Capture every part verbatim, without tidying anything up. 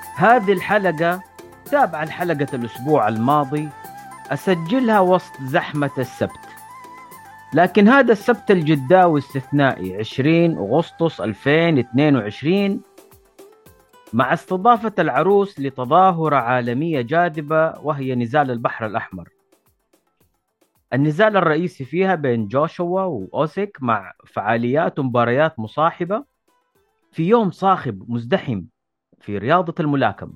هذه الحلقة تابعة لحلقة الأسبوع الماضي، أسجلها وسط زحمة السبت. لكن هذا السبت الجداوي استثنائي عشرين أغسطس ألفين واثنين وعشرين، مع استضافة العروس لتظاهرة عالمية جاذبة وهي نزال البحر الأحمر. النزال الرئيسي فيها بين جوشوا وأوسيك، مع فعاليات ومباريات مصاحبة في يوم صاخب مزدحم في رياضة الملاكمة.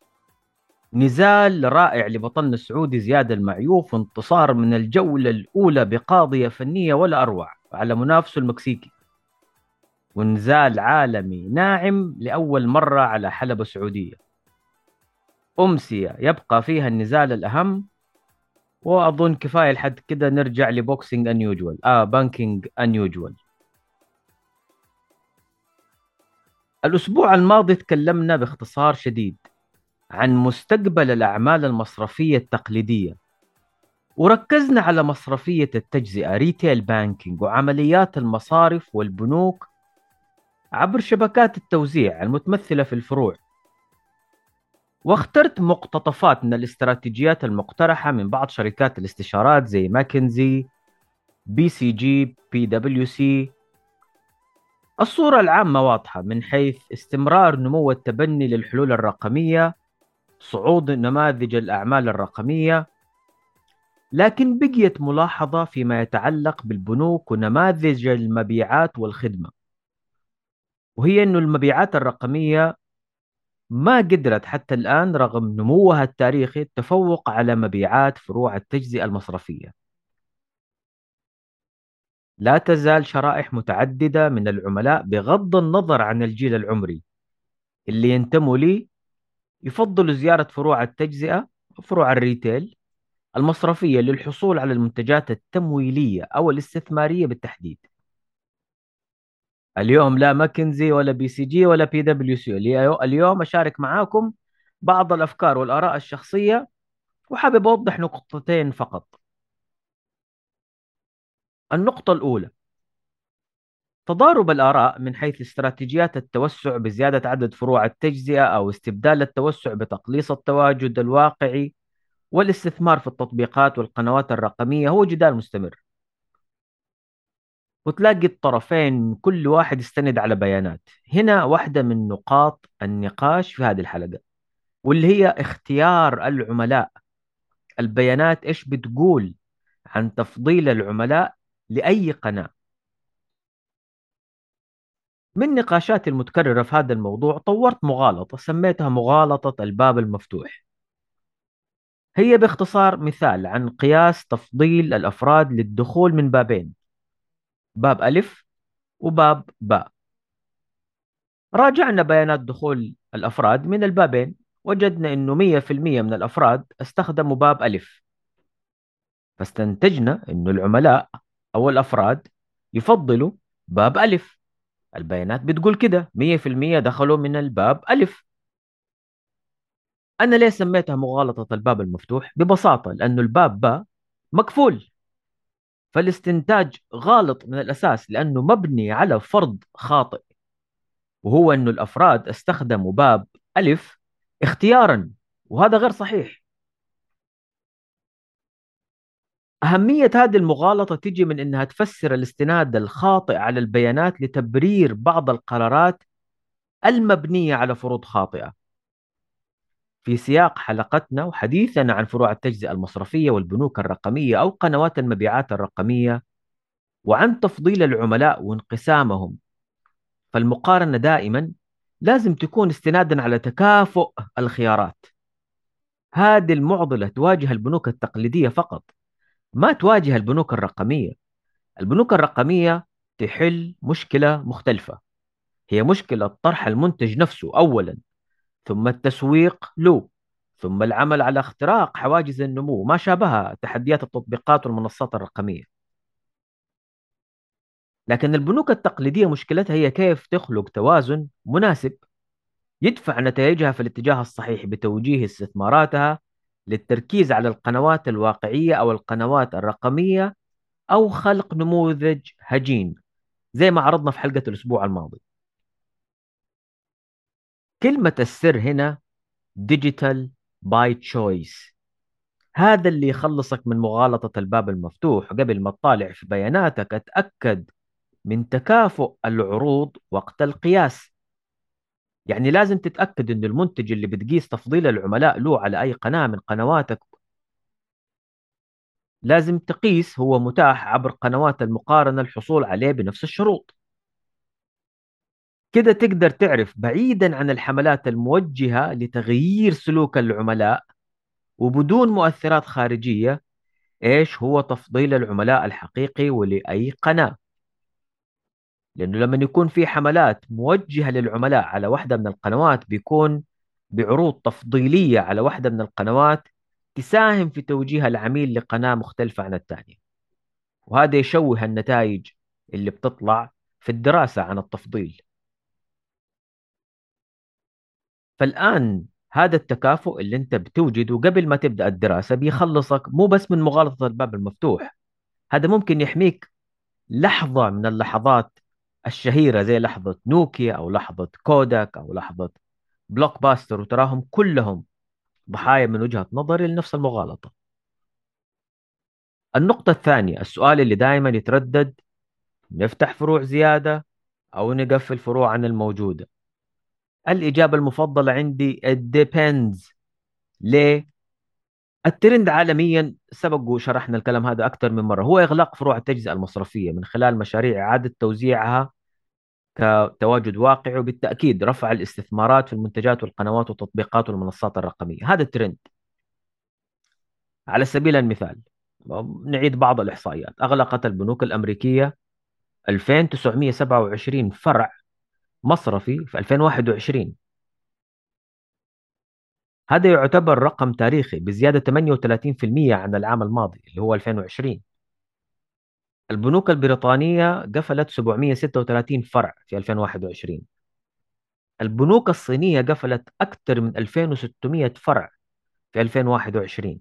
نزال رائع لبطلنا السعودي زياد المعيوف، انتصار من الجولة الأولى بقاضية فنية ولا أروع على منافسه المكسيكي، ونزال عالمي ناعم لأول مرة على حلبة سعودية. أمسية يبقى فيها النزال الأهم، وأظن كفاية لحد كده. نرجع لبوكسينج أنيوجوال آه بانكينج أنيوجوال. الأسبوع الماضي تكلمنا باختصار شديد عن مستقبل الأعمال المصرفية التقليدية، وركزنا على مصرفية التجزئة ريتيل بانكينج وعمليات المصارف والبنوك عبر شبكات التوزيع المتمثلة في الفروع. واخترت مقتطفات من الاستراتيجيات المقترحة من بعض شركات الاستشارات زي ماكنزي، بي سي جي، بي دبليو سي. الصورة العامة واضحة من حيث استمرار نمو التبني للحلول الرقمية، صعود نماذج الأعمال الرقمية، لكن بقيت ملاحظة فيما يتعلق بالبنوك ونماذج المبيعات والخدمة، وهي أن المبيعات الرقمية ما قدرت حتى الآن رغم نموها التاريخي التفوق على مبيعات فروع التجزئة المصرفية. لا تزال شرائح متعددة من العملاء بغض النظر عن الجيل العمري اللي ينتموا لي يفضلوا زيارة فروع التجزئة وفروع الريتيل المصرفية للحصول على المنتجات التمويلية أو الاستثمارية بالتحديد. اليوم لا ماكنزي ولا بي سي جي ولا بي دبليو سي. اليوم أشارك معاكم بعض الأفكار والآراء الشخصية، وحابب أوضح نقطتين فقط. النقطة الأولى، تضارب الآراء من حيث استراتيجيات التوسع بزيادة عدد فروع التجزئة أو استبدال التوسع بتقليص التواجد الواقعي والاستثمار في التطبيقات والقنوات الرقمية هو جدال مستمر، وتلاقي الطرفين كل واحد يستند على بيانات. هنا واحدة من نقاط النقاش في هذه الحلقة، واللي هي اختيار العملاء. البيانات إيش بتقول عن تفضيل العملاء لأي قناة؟ من نقاشاتي المتكررة في هذا الموضوع طورت مغالطة سميتها مغالطة الباب المفتوح. هي باختصار مثال عن قياس تفضيل الأفراد للدخول من بابين، باب ألف وباب باء. راجعنا بيانات دخول الأفراد من البابين، وجدنا أنه مية في المية من الأفراد استخدموا باب ألف، فاستنتجنا أنه العملاء أو الأفراد يفضلوا باب ألف. البيانات بتقول كده، مية في المية دخلوا من الباب ألف. أنا ليه سميتها مغالطة الباب المفتوح؟ ببساطة لأنه الباب باء مقفول، فالاستنتاج غالط من الأساس لأنه مبني على فرض خاطئ، وهو أنه الأفراد استخدموا باب ألف اختيارا، وهذا غير صحيح. أهمية هذه المغالطة تجي من أنها تفسر الاستناد الخاطئ على البيانات لتبرير بعض القرارات المبنية على فروض خاطئة. في سياق حلقتنا وحديثنا عن فروع التجزئة المصرفية والبنوك الرقمية أو قنوات المبيعات الرقمية، وعن تفضيل العملاء وانقسامهم، فالمقارنة دائما لازم تكون استنادا على تكافؤ الخيارات. هذه المعضلة تواجه البنوك التقليدية فقط، ما تواجه البنوك الرقمية. البنوك الرقمية تحل مشكلة مختلفة، هي مشكلة طرح المنتج نفسه أولا، ثم التسويق له، ثم العمل على اختراق حواجز النمو ما شابه تحديات التطبيقات والمنصات الرقمية. لكن البنوك التقليدية مشكلتها هي كيف تخلق توازن مناسب يدفع نتائجها في الاتجاه الصحيح بتوجيه استثماراتها للتركيز على القنوات الواقعية أو القنوات الرقمية، أو خلق نموذج هجين زي ما عرضنا في حلقة الأسبوع الماضي. كلمة السر هنا ديجيتال باي تشويس. هذا اللي يخلصك من مغالطة الباب المفتوح. قبل ما تطالع في بياناتك اتأكد من تكافؤ العروض وقت القياس. يعني لازم تتأكد أن المنتج اللي بتقيس تفضيل العملاء له على أي قناة من قنواتك، لازم تقيس هو متاح عبر قنوات المقارنة الحصول عليه بنفس الشروط. كده تقدر تعرف بعيدا عن الحملات الموجهة لتغيير سلوك العملاء وبدون مؤثرات خارجية، إيش هو تفضيل العملاء الحقيقي ولأي قناة. لأنه لما يكون في حملات موجهة للعملاء على واحدة من القنوات، بيكون بعروض تفضيلية على واحدة من القنوات تساهم في توجيه العميل لقناة مختلفة عن الثانية. وهذا يشوه النتائج اللي بتطلع في الدراسة عن التفضيل. فالآن هذا التكافؤ اللي انت بتوجده قبل ما تبدأ الدراسة بيخلصك مو بس من مغالطة الباب المفتوح، هذا ممكن يحميك لحظة من اللحظات الشهيرة زي لحظة نوكيا أو لحظة كوداك أو لحظة بلوك باستر، وتراهم كلهم ضحايا من وجهة نظري لنفس المغالطة. النقطة الثانية، السؤال اللي دائما يتردد: نفتح فروع زيادة أو نقفل فروع عن الموجودة؟ الإجابة المفضلة عندي it depends. ليه؟ الترند عالميا سبق وشرحنا الكلام هذا أكثر من مرة، هو إغلاق فروع التجزئة المصرفية من خلال مشاريع إعادة توزيعها كتواجد واقعي، وبالتأكيد رفع الاستثمارات في المنتجات والقنوات والتطبيقات والمنصات الرقمية. هذا الترند. على سبيل المثال نعيد بعض الإحصائيات: أغلقت البنوك الأمريكية ألفين وتسعمئة وسبعة وعشرين فرع مصرفي في ألفين وواحد وعشرين. هذا يعتبر رقم تاريخي بزيادة ثمانية وثلاثين بالمئة عن العام الماضي اللي هو ألفين وعشرين. البنوك البريطانية قفلت سبعمئة وستة وثلاثين فرع في ألفين وواحد وعشرين. البنوك الصينية قفلت أكثر من ألفين وستمئة فرع في ألفين وواحد وعشرين.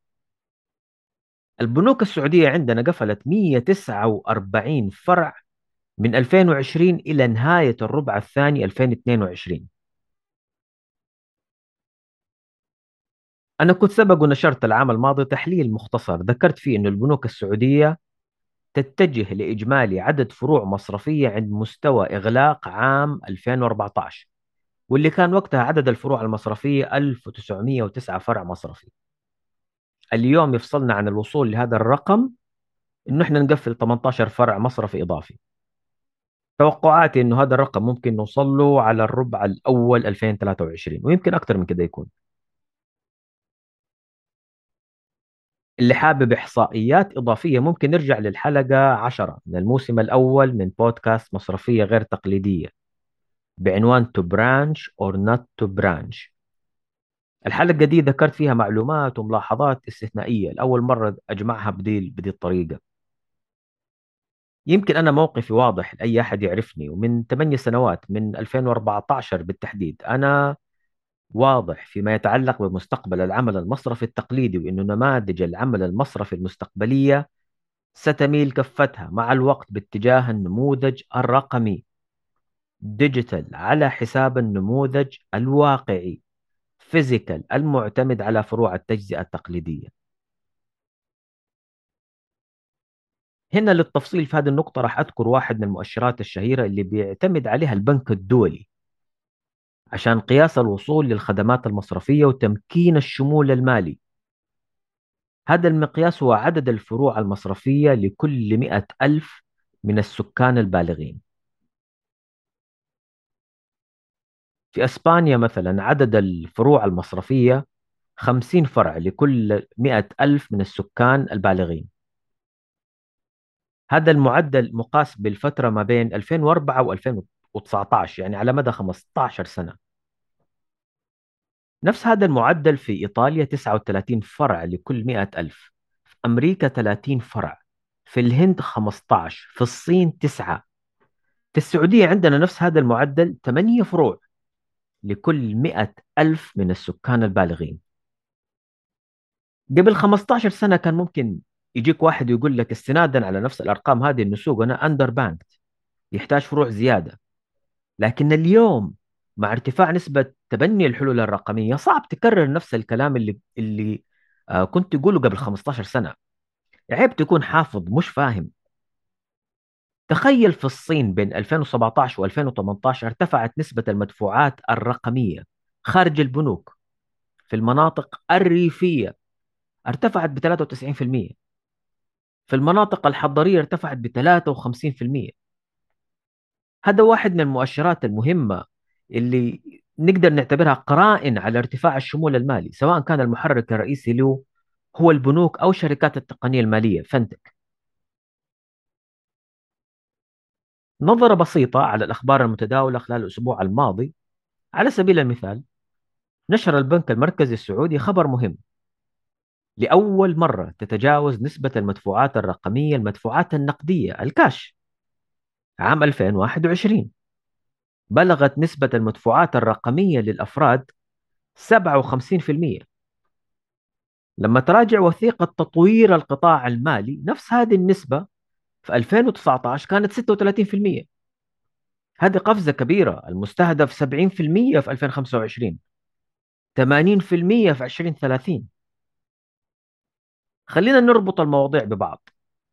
البنوك السعودية عندنا قفلت مئة وتسعة وأربعين فرع من ألفين وعشرين إلى نهاية الربع الثاني ألفين واثنين وعشرين. أنا كنت سبق ونشرت العام الماضي تحليل مختصر ذكرت فيه أن البنوك السعودية تتجه لإجمالي عدد فروع مصرفية عند مستوى إغلاق عام ألفين وأربعة عشر، واللي كان وقتها عدد الفروع المصرفية ألف وتسعمئة وتسعة فرع مصرفي. اليوم يفصلنا عن الوصول لهذا الرقم إنه إحنا نقفل ثمانية عشر فرع مصرفي إضافي. توقعاتي إنه هذا الرقم ممكن نوصل له على الربع الأول ألفين وثلاثة وعشرين، ويمكن أكثر من كده يكون. اللي حابب إحصائيات إضافية ممكن نرجع للحلقة عشرة من الموسم الأول من بودكاست مصرفية غير تقليدية بعنوان To Branch or Not to Branch. الحلقة دي ذكرت فيها معلومات وملاحظات استثنائية لأول مرة أجمعها بدي بدي الطريقة. يمكن أنا موقفي واضح لأي أحد يعرفني، ومن ثمانية سنوات من ألفين وأربعة عشر بالتحديد أنا واضح فيما يتعلق بمستقبل العمل المصرفي التقليدي، وأنه نماذج العمل المصرفي المستقبلية ستميل كفتها مع الوقت باتجاه النموذج الرقمي ديجيتال على حساب النموذج الواقعي فيزيكال المعتمد على فروع التجزئة التقليدية. هنا للتفصيل في هذه النقطة راح أذكر واحد من المؤشرات الشهيرة اللي بيعتمد عليها البنك الدولي عشان قياس الوصول للخدمات المصرفية وتمكين الشمول المالي. هذا المقياس هو عدد الفروع المصرفية لكل مئة ألف من السكان البالغين. في أسبانيا مثلا عدد الفروع المصرفية خمسين فرع لكل مئة ألف من السكان البالغين. هذا المعدل مقاس بالفترة ما بين ألفين وأربعة و2019، يعني على مدى خمسة عشر سنة. نفس هذا المعدل في إيطاليا تسعة وثلاثين فرع لكل مئة ألف، في أمريكا ثلاثين فرع، في الهند خمسة عشر، في الصين تسعة. في السعودية عندنا نفس هذا المعدل ثمانية فروع لكل مئة ألف من السكان البالغين. قبل خمسة عشر سنة كان ممكن يجيك واحد يقول لك استنادا على نفس الأرقام هذه إنه سوقنا أندر بانكت يحتاج فروع زيادة. لكن اليوم مع ارتفاع نسبة تبني الحلول الرقمية صعب تكرر نفس الكلام اللي اللي آه، كنت تقوله قبل خمستاشر سنة. عيب تكون حافظ مش فاهم. تخيل في الصين بين ألفين وسبعتاشر و2018 ارتفعت نسبة المدفوعات الرقمية خارج البنوك في المناطق الريفية، ارتفعت ب ثلاثة وتسعين في المية. في المية. في المناطق الحضرية ارتفعت ب ثلاثة وخمسين في المية. هذا واحد من المؤشرات المهمة اللي نقدر نعتبرها قرائن على ارتفاع الشمول المالي، سواء كان المحرك الرئيسي له هو البنوك أو شركات التقنية المالية فنتك. نظرة بسيطة على الأخبار المتداولة خلال الأسبوع الماضي. على سبيل المثال، نشر البنك المركزي السعودي خبر مهم: لأول مرة تتجاوز نسبة المدفوعات الرقمية المدفوعات النقدية الكاش. عام ألفين وواحد وعشرين بلغت نسبة المدفوعات الرقمية للأفراد سبعة وخمسين في المية. لما تراجع وثيقة تطوير القطاع المالي، نفس هذه النسبة في ألفين وتسعتاشر كانت ستة وثلاثين في المية. هذه قفزة كبيرة. المستهدف سبعين في المية في ألفين وخمسة وعشرين، ثمانين في المية في ألفين وثلاثين. خلينا نربط المواضيع ببعض.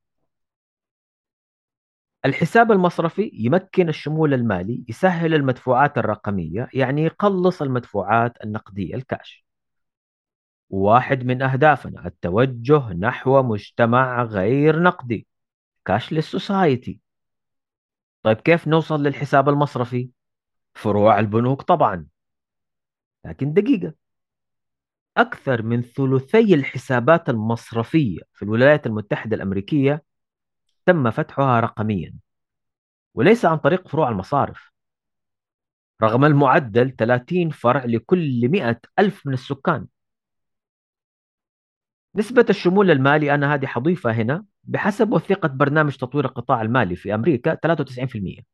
الحساب المصرفي يمكن الشمول المالي، يسهل المدفوعات الرقمية، يعني يقلص المدفوعات النقدية الكاش. واحد من أهدافنا التوجه نحو مجتمع غير نقدي، كاشلس سوسايتي. طيب كيف نوصل للحساب المصرفي؟ فروع البنوك طبعا. لكن دقيقة، أكثر من ثلثي الحسابات المصرفية في الولايات المتحدة الأمريكية تم فتحها رقميا وليس عن طريق فروع المصارف، رغم المعدل ثلاثين فرع لكل مئة ألف من السكان. نسبة الشمول المالي، أنا هذه حضيفة هنا، بحسب وثيقة برنامج تطوير القطاع المالي في أمريكا ثلاثة وتسعين في المية.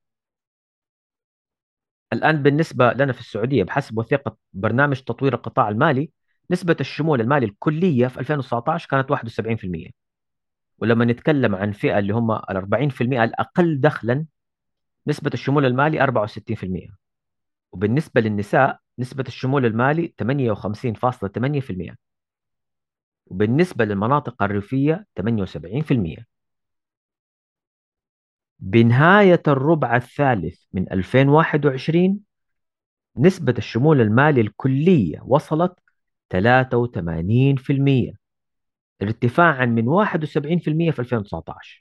الآن بالنسبة لنا في السعودية بحسب وثيقة برنامج تطوير القطاع المالي، نسبة الشمول المالي الكلية في ألفين وتسعتاشر كانت واحد وسبعين في المية. ولما نتكلم عن فئة اللي هم ال أربعين في المية الأقل دخلا، نسبة الشمول المالي أربعة وستين في المية. وبالنسبة للنساء نسبة الشمول المالي ثمانية وخمسين فاصلة ثمانية في المية. وبالنسبة للمناطق الريفية ثمانية وسبعين في المية. بنهاية الربع الثالث من ألفين وواحد وعشرين نسبة الشمول المالي الكلية وصلت ثلاثة وثمانين في المية، ارتفاعا من واحد وسبعين في المية في ألفين وتسعتاشر.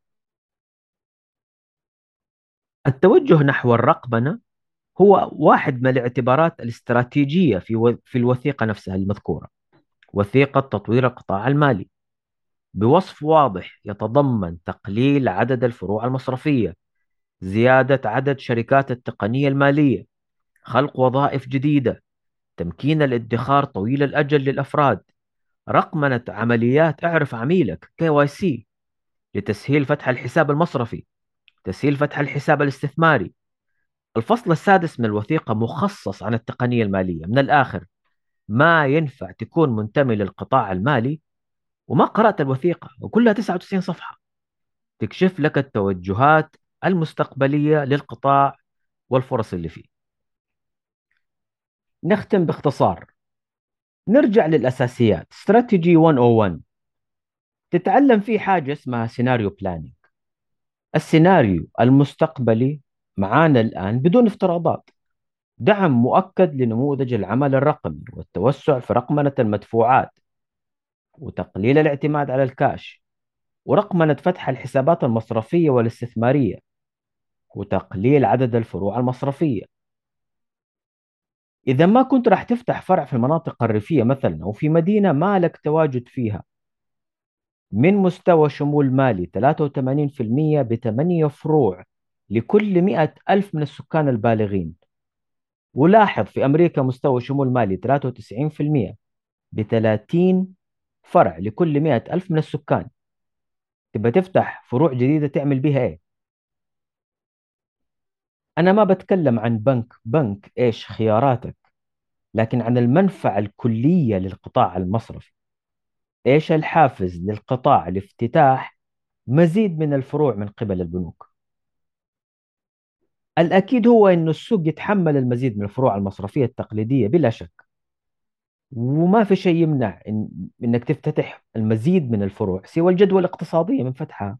التوجه نحو الرقمنة هو واحد من الاعتبارات الاستراتيجية في و... في الوثيقة نفسها المذكورة، وثيقة تطوير القطاع المالي، بوصف واضح يتضمن تقليل عدد الفروع المصرفية، زيادة عدد شركات التقنية المالية، خلق وظائف جديدة، تمكين الادخار طويل الأجل للأفراد، رقمنة عمليات اعرف عميلك كي واي سي لتسهيل فتح الحساب المصرفي، تسهيل فتح الحساب الاستثماري. الفصل السادس من الوثيقة مخصص عن التقنية المالية. من الآخر، ما ينفع تكون منتمي للقطاع المالي وما قرأت الوثيقة، وكلها تسعة وتسعين صفحة تكشف لك التوجهات المستقبلية للقطاع والفرص اللي فيه. نختم باختصار. نرجع للأساسيات. استراتيجي مئة وواحد تتعلم فيه حاجة اسمها سيناريو بلاننج. السيناريو المستقبلي معانا الآن بدون افتراضات، دعم مؤكد لنموذج العمل الرقمي والتوسع في رقمنة المدفوعات وتقليل الاعتماد على الكاش، ورقمنة فتح الحسابات المصرفية والاستثمارية، وتقليل عدد الفروع المصرفية. إذا ما كنت راح تفتح فرع في المناطق الريفية مثلا أو في مدينة ما لك تواجد فيها، من مستوى شمول مالي ثلاثة وثمانين في المية بثمانية فروع لكل مئة ألف من السكان البالغين. ولاحظ في أمريكا مستوى شمول مالي ثلاثة وتسعين في المية بثلاثين فرع لكل مئة ألف من السكان. تبقى تفتح فروع جديدة تعمل بها إيه؟ أنا ما بتكلم عن بنك بنك إيش خياراتك، لكن عن المنفعة الكلية للقطاع المصرفي. إيش الحافز للقطاع لافتتاح مزيد من الفروع من قبل البنوك؟ الأكيد هو أن السوق يتحمل المزيد من الفروع المصرفية التقليدية بلا شك، وما في شيء يمنع إن إنك تفتتح المزيد من الفروع سوى الجدوى الاقتصادية من فتحها.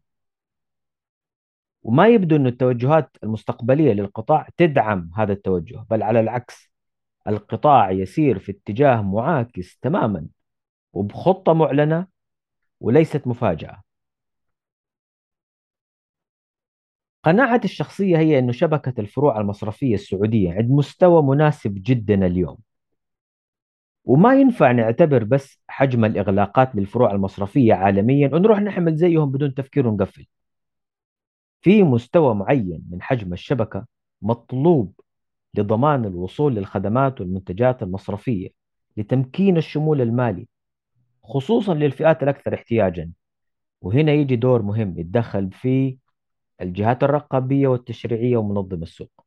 وما يبدو أن التوجهات المستقبلية للقطاع تدعم هذا التوجه، بل على العكس، القطاع يسير في اتجاه معاكس تماما وبخطة معلنة وليست مفاجأة. قناعتي الشخصية هي أن شبكة الفروع المصرفية السعودية عند مستوى مناسب جدا اليوم، وما ينفع نعتبر بس حجم الإغلاقات للفروع المصرفية عالميا ونروح نحمل زيهم بدون تفكير ونقفل. في مستوى معين من حجم الشبكة مطلوب لضمان الوصول للخدمات والمنتجات المصرفية لتمكين الشمول المالي، خصوصا للفئات الأكثر احتياجا. وهنا يجي دور مهم يتدخل فيه الجهات الرقابية والتشريعية ومنظم السوق.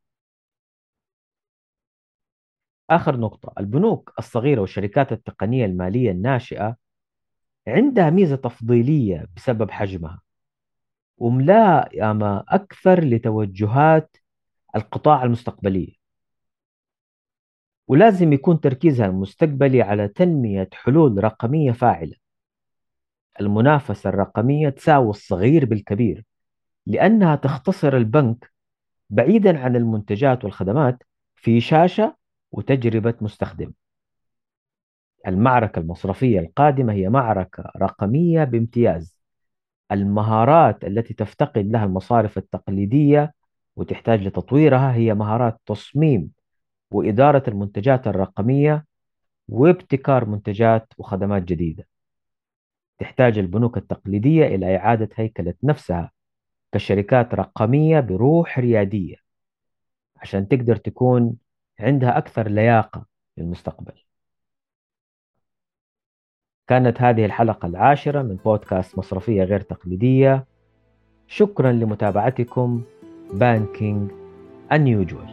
آخر نقطة، البنوك الصغيرة والشركات التقنية المالية الناشئة عندها ميزة تفضيلية بسبب حجمها، وملائمة أكثر لتوجهات القطاع المستقبلية. ولازم يكون تركيزها المستقبلي على تنمية حلول رقمية فاعلة. المنافسة الرقمية تساوي الصغير بالكبير، لأنها تختصر البنك بعيدا عن المنتجات والخدمات في شاشة وتجربة مستخدم. المعركة المصرفية القادمة هي معركة رقمية بامتياز. المهارات التي تفتقد لها المصارف التقليدية وتحتاج لتطويرها هي مهارات تصميم وإدارة المنتجات الرقمية وابتكار منتجات وخدمات جديدة. تحتاج البنوك التقليدية إلى إعادة هيكلة نفسها كشركات رقمية بروح ريادية عشان تقدر تكون عندها أكثر لياقة للمستقبل. كانت هذه الحلقة العاشرة من بودكاست مصرفية غير تقليدية. شكرا لمتابعتكم. بانكينج Unusual.